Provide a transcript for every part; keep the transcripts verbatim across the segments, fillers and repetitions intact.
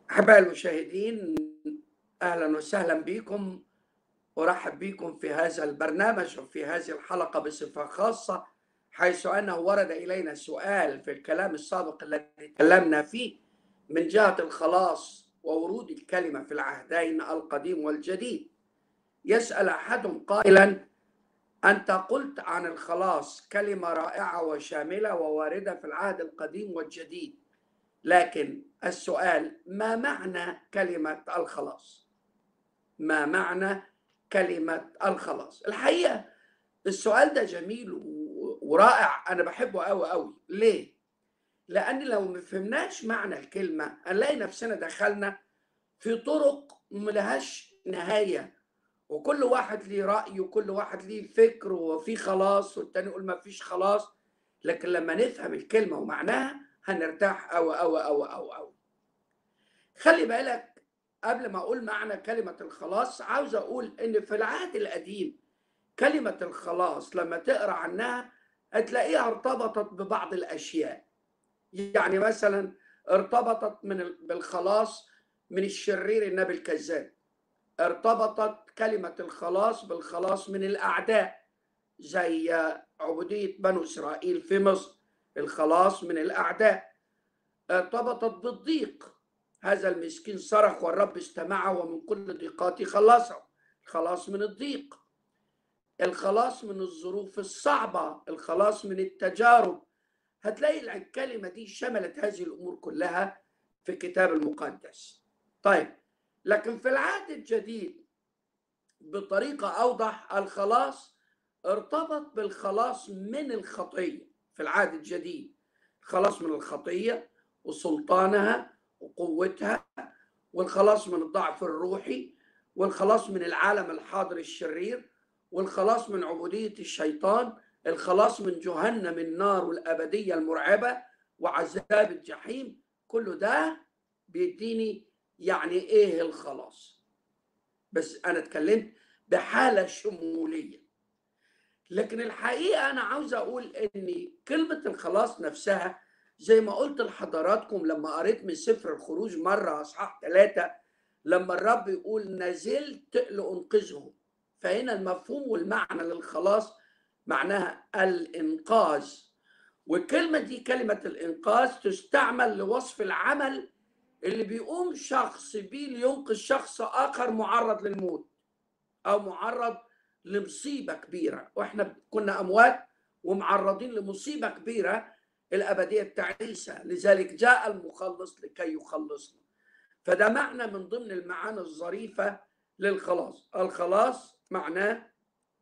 أحبائي المشاهدين، أهلا وسهلا بكم. أرحب بكم في هذا البرنامج وفي هذه الحلقة بصفة خاصة، حيث أنه ورد إلينا سؤال في الكلام السابق الذي تكلمنا فيه من جهة الخلاص وورود الكلمة في العهدين القديم والجديد. يسأل أحدهم قائلا: أنت قلت عن الخلاص كلمة رائعة وشاملة وواردة في العهد القديم والجديد، لكن السؤال: ما معنى كلمة الخلاص؟ ما معنى كلمة الخلاص؟ الحقيقة السؤال ده جميل ورائع، أنا بحبه أوي أوي. ليه؟ لأن لو ما فهمناش معنى الكلمة هنلاقي نفسنا دخلنا في طرق ملهاش نهاية، وكل واحد ليه رأي وكل واحد ليه فكر، وفي خلاص والتاني يقول ما فيش خلاص. لكن لما نفهم الكلمة ومعناها هنرتاح أوي أوي أوي أوي أوي. خلي بالك، قبل ما أقول معنى كلمة الخلاص عاوز أقول إن في العهد القديم كلمة الخلاص لما تقرأ عنها هتلاقيها ارتبطت ببعض الأشياء. يعني مثلا ارتبطت من بالخلاص من الشرير النبي الكذاب، ارتبطت كلمة الخلاص بالخلاص من الأعداء زي عبودية بنو إسرائيل في مصر، الخلاص من الأعداء. ارتبطت بالضيق، هذا المسكين صرخ والرب استمعه ومن كل ضيقاته خلصه، الخلاص من الضيق. الخلاص من الظروف الصعبة، الخلاص من التجارب. هتلاقي الكلمة دي شملت هذه الأمور كلها في الكتاب المقدس. طيب، لكن في العهد الجديد بطريقة أوضح الخلاص ارتبط بالخلاص من الخطية. في العهد الجديد الخلاص من الخطية وسلطانها وقوتها، والخلاص من الضعف الروحي، والخلاص من العالم الحاضر الشرير، والخلاص من عبودية الشيطان، الخلاص من جهنم النار والأبدية المرعبة وعذاب الجحيم. كله ده بيديني يعني إيه الخلاص، بس أنا اتكلمت بحالة شمولية. لكن الحقيقة أنا عاوز أقول إن كلمة الخلاص نفسها زي ما قلت لحضراتكم لما قريت من سفر الخروج مرة أصحاح ثلاثة، لما الرب يقول نزلت لأنقذهم، فهنا المفهوم والمعنى للخلاص معناها الإنقاذ. والكلمة دي كلمة الإنقاذ تستعمل لوصف العمل اللي بيقوم شخص بيه لينقذ شخص آخر معرض للموت أو معرض لمصيبة كبيرة، وإحنا كنا أموات ومعرضين لمصيبة كبيرة، الأبدية التعيسة، لذلك جاء المخلص لكي يخلصنا. فده معنى من ضمن المعاني الظريفة للخلاص. الخلاص معناه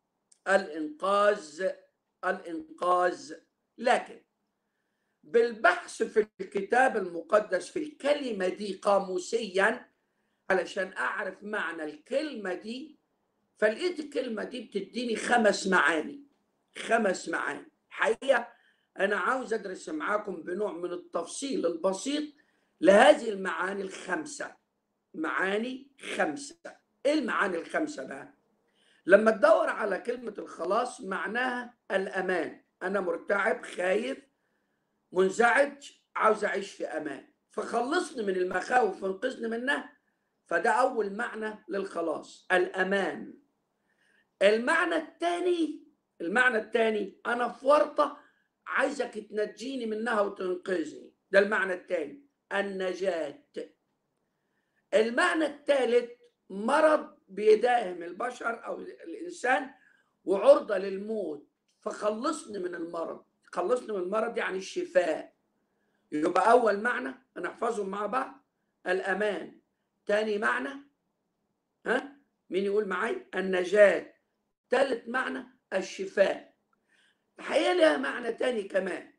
الإنقاذ، الإنقاذ. لكن بالبحث في الكتاب المقدس في الكلمة دي قاموسيا علشان أعرف معنى الكلمة دي، فلقيت الكلمة دي بتديني خمس معاني. خمس معاني حقيقة أنا عاوز أدرس معاكم بنوع من التفصيل البسيط لهذه المعاني الخمسة. معاني خمسة. إيه المعاني الخمسة بقى؟ لما تدور على كلمة الخلاص معناها الأمان، أنا مرتعب، خايف، منزعج، عاوز أعيش في أمان، فخلصني من المخاوف وانقذني منها. فده أول معنى للخلاص، الأمان. المعنى الثاني، المعنى الثاني أنا في ورطة عايزك تنجيني منها وتنقذني، ده المعنى الثاني، النجاة. المعنى الثالث مرض بيداهم البشر أو الإنسان وعرضة للموت، فخلصني من المرض. خلصني من المرض يعني الشفاء. يبقى أول معنى هنحفظهم مع بعض الأمان. تاني معنى، ها مين يقول معي؟ النجاة. ثالث معنى الشفاء. الحقيقة لها معنى تاني كمان،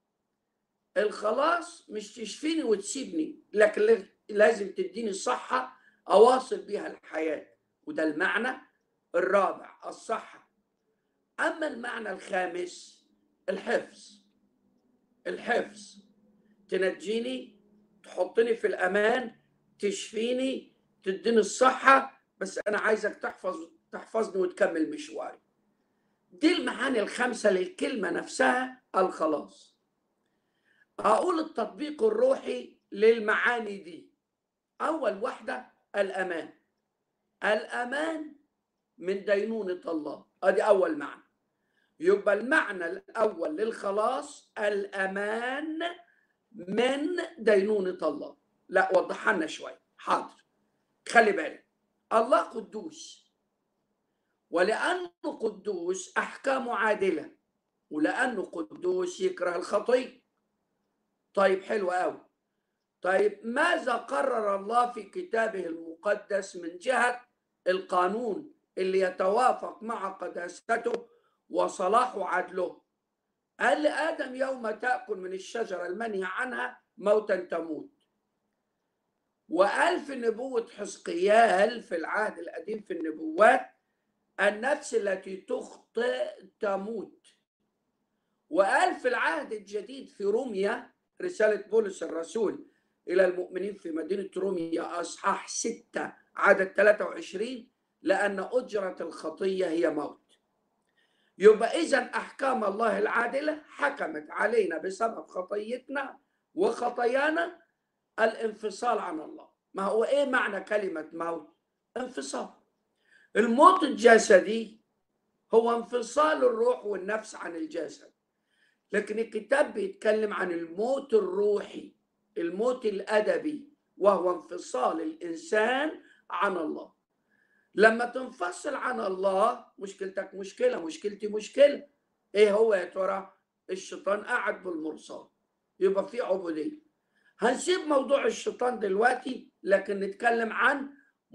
الخلاص مش تشفيني وتسيبني، لكن لازم تديني صحة أواصل بيها الحياة، وده المعنى الرابع، الصحة. أما المعنى الخامس الحفظ. الحفظ تنجيني، تحطني في الأمان، تشفيني، تديني الصحة، بس أنا عايزك تحفظ تحفظني وتكمل مشواري. دي المعاني الخمسة للكلمة نفسها الخلاص. أقول التطبيق الروحي للمعاني دي. أول واحدة الأمان. الأمان من دينونة الله، أدي أول معنى. يبقى المعنى الأول للخلاص الأمان من دينونة الله. لا وضحها لنا شوية. حاضر. خلي بالك، الله قدوس، ولأنه قدوس أحكامه عادلة، ولأنه قدوس يكره الخطية. طيب حلو قوي. طيب ماذا قرر الله في كتابه المقدس من جهة القانون اللي يتوافق مع قداسته وصلاح وعدله؟ قال لآدم يوم تأكل من الشجرة المنهي عنها موتا تموت. وقال في نبوة حزقيال في العهد القديم في النبوات النفس التي تخطئ تموت. وقال في العهد الجديد في روميا، رسالة بولس الرسول إلى المؤمنين في مدينة روميا أصحاح ستة عدد ثلاثة وعشرين، لأن أجرة الخطية هي موت. يبقى إذن أحكام الله العادلة حكمت علينا بسبب خطيتنا وخطايانا الانفصال عن الله. ما هو إيه معنى كلمة موت؟ انفصال. الموت الجسدي هو انفصال الروح والنفس عن الجسد، لكن الكتاب بيتكلم عن الموت الروحي، الموت الأدبي، وهو انفصال الإنسان عن الله. لما تنفصل عن الله مشكلتك مشكلة، مشكلتي مشكلة. إيه هو يا ترى؟ الشيطان قاعد بالمرصاد، يبقى في عبودية. هنسيب موضوع الشيطان دلوقتي، لكن نتكلم عن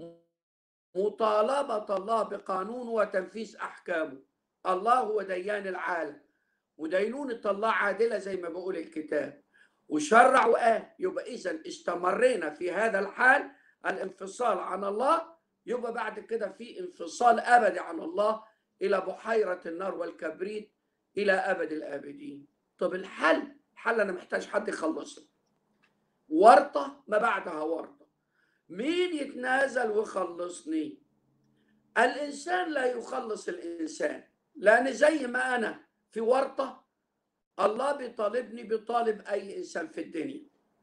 مطالبة الله بقانونه وتنفيذ أحكامه. الله هو ديان العالم، ودينونة الله عادلة زي ما بيقول الكتاب، وشرع وقال. يبقى إذن استمرينا في هذا الحال الانفصال عن الله، يبقى بعد كده في انفصال أبدي عن الله إلى بحيرة النار والكبريت إلى أبد الآبدين. طب الحل، الحل أنا محتاج حد يخلصني. ورطة ما بعدها ورطة. مين يتنازل ويخلصني؟ الإنسان لا يخلص الإنسان، لأن زي ما أنا في ورطة الله بيطالبني بيطالب أي إنسان في الدنيا.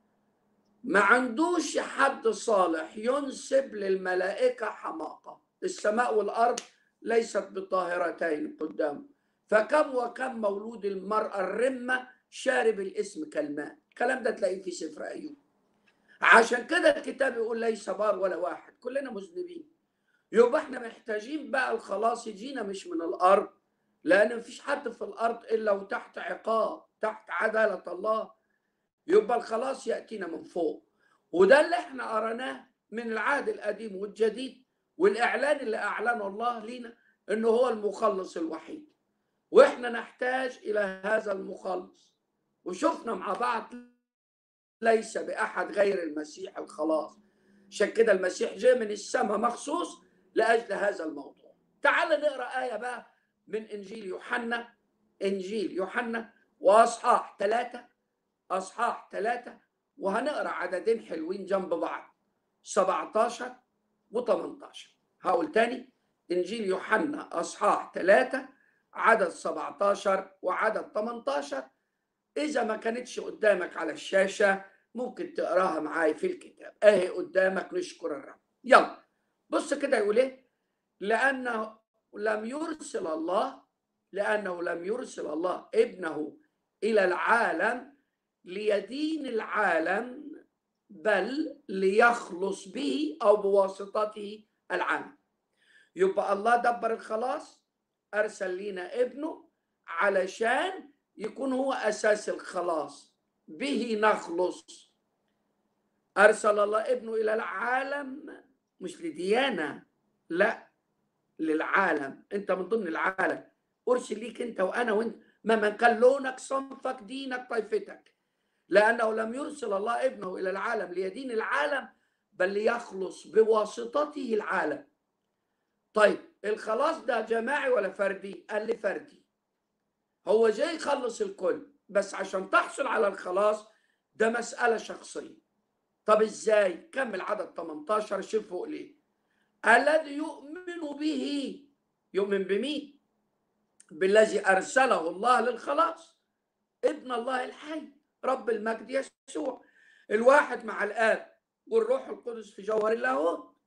ما عندوش حد صالح ينسب للملائكة حماقة. السماء والأرض ليست بطاهرتين قدامه، فكم وكم مولود المرأة الرمة شارب الاسم كالماء. الكلام ده تلاقيه في سفر أيوب. عشان كده الكتاب يقول ليس بار ولا واحد، كلنا مذنبين. يبقى احنا محتاجين بقى الخلاص يجينا مش من الأرض، لأن مفيش حد في الأرض إلا وتحت عقاب، تحت عدالة الله. يبقى الخلاص يأتينا من فوق، وده اللي احنا قرناه من العهد القديم والجديد، والإعلان اللي أعلنه الله لينا إنه هو المخلص الوحيد، وإحنا نحتاج إلى هذا المخلص. وشفنا مع بعض ليس بأحد غير المسيح الخلاص. عشان كده المسيح جاء من السماء مخصوص لأجل هذا الموضوع. تعال نقرأ آية بقى من إنجيل يوحنا، إنجيل يوحنا وأصحاح ثلاثة، أصحاح ثلاثة، وهنقرأ عددين حلوين جنب بعض، سبعتاشر وثمانية-عشر. هقول تاني، إنجيل يوحنا أصحاح ثلاثة عدد سبعتاشر وعدد ثمانية-عشر. إذا ما كانتش قدامك على الشاشة ممكن تقراها معاي في الكتاب، أهي قدامك. نشكر الرب. يلا بص كده يقول إيه؟ لأنه لم يرسل الله لأنه لم يرسل الله ابنه إلى العالم ليدين العالم، بل ليخلص به أو بواسطته العالم. يبقى الله دبر الخلاص، أرسل لنا ابنه علشان يكون هو أساس الخلاص، به نخلص. أرسل الله ابنه إلى العالم مش لديانة، لا، للعالم. أنت من ضمن العالم، أرسل ليك أنت وأنا وأنت، مهما كان لونك، صنفك، دينك، طائفتك. لأنه لم يرسل الله ابنه إلى العالم ليدين العالم، بل ليخلص بواسطته العالم. طيب الخلاص ده جماعي ولا فردي؟ قال لي فردي. هو جاي يخلص الكل، بس عشان تحصل على الخلاص ده مسألة شخصية. طب ازاي؟ كمل عدد ثمانية-عشر، شوف فوق ليه. الذي يؤمن به، يؤمن بمين؟ بالذي أرسله الله للخلاص، ابن الله الحي رب المجد يسوع، الواحد مع الآب. والروح القدس في جوهر اللاهوت.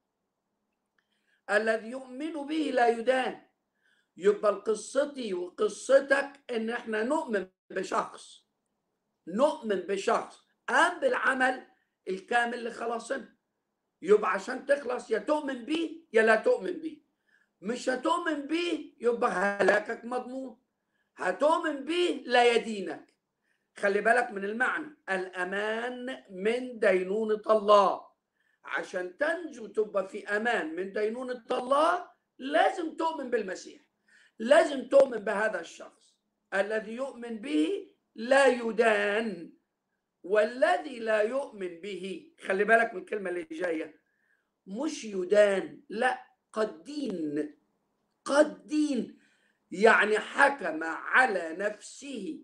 الذي يؤمن به لا يدان. يبقى قصتي وقصتك ان احنا نؤمن بشخص، نؤمن بشخص قام بالعمل الكامل لخلاصنا. يبقى عشان تخلص يا تؤمن بيه يا لا تؤمن بيه. مش هتؤمن بيه يبقى هلاكك مضمون، هتؤمن بيه لا يدينك. خلي بالك من المعنى، الأمان من دينونة الله. عشان تنجو تبقى في أمان من دينونة الله لازم تؤمن بالمسيح، لازم تؤمن بهذا الشخص. الذي يؤمن به لا يدان، والذي لا يؤمن به، خلي بالك من الكلمة اللي جاية، مش يدان، لا، قد دين. قد دين يعني حكم على نفسه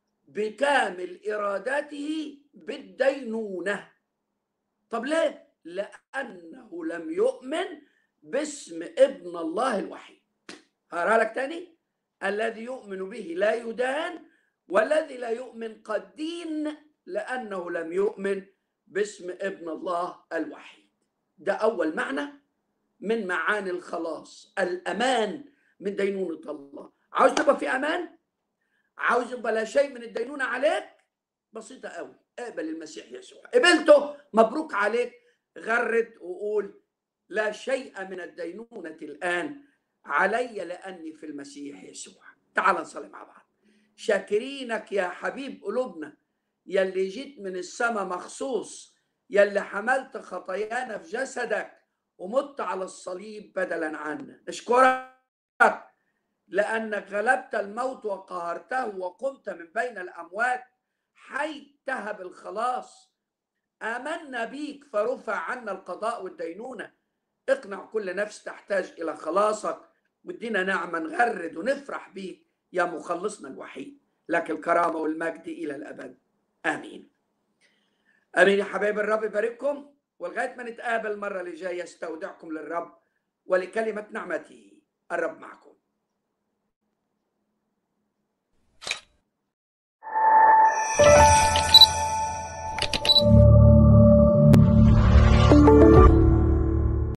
بكامل إرادته بالدينونة. طب ليه؟ لأنه لم يؤمن باسم ابن الله الوحيد. هقرأ لك تاني، الذي يؤمن به لا يدان، والذي لا يؤمن قد دين لأنه لم يؤمن باسم ابن الله الوحيد. ده أول معنى من معاني الخلاص، الأمان من دينونة الله. عاوز تبقى في أمان؟ عاوز يبقى لا شيء من الدينونة عليك؟ بسيطة قوي، اقبل المسيح يسوع. قبلته، مبروك عليك، غرد وقول لا شيء من الدينونة الآن علي لأني في المسيح يسوع. تعال نصلي مع بعض. شاكرينك يا حبيب قلوبنا، يلي جيت من السماء مخصوص، يلي حملت خطايانا في جسدك ومت على الصليب بدلا عنا. نشكرك لأنك غلبت الموت وقهرته وقمت من بين الأموات حي تهب الخلاص. آمنا بيك فرفع عنا القضاء والدينونة. اقنع كل نفس تحتاج إلى خلاصك، وادينا نعمة نغرد ونفرح بيك يا مخلصنا الوحيد. لك الكرامة والمجد إلى الأبد، آمين. آمين يا حبايب. الرب يبارككم، ولغاية ما نتقابل المرة اللي جاية استودعكم للرب ولكلمة نعمته. الرب معكم.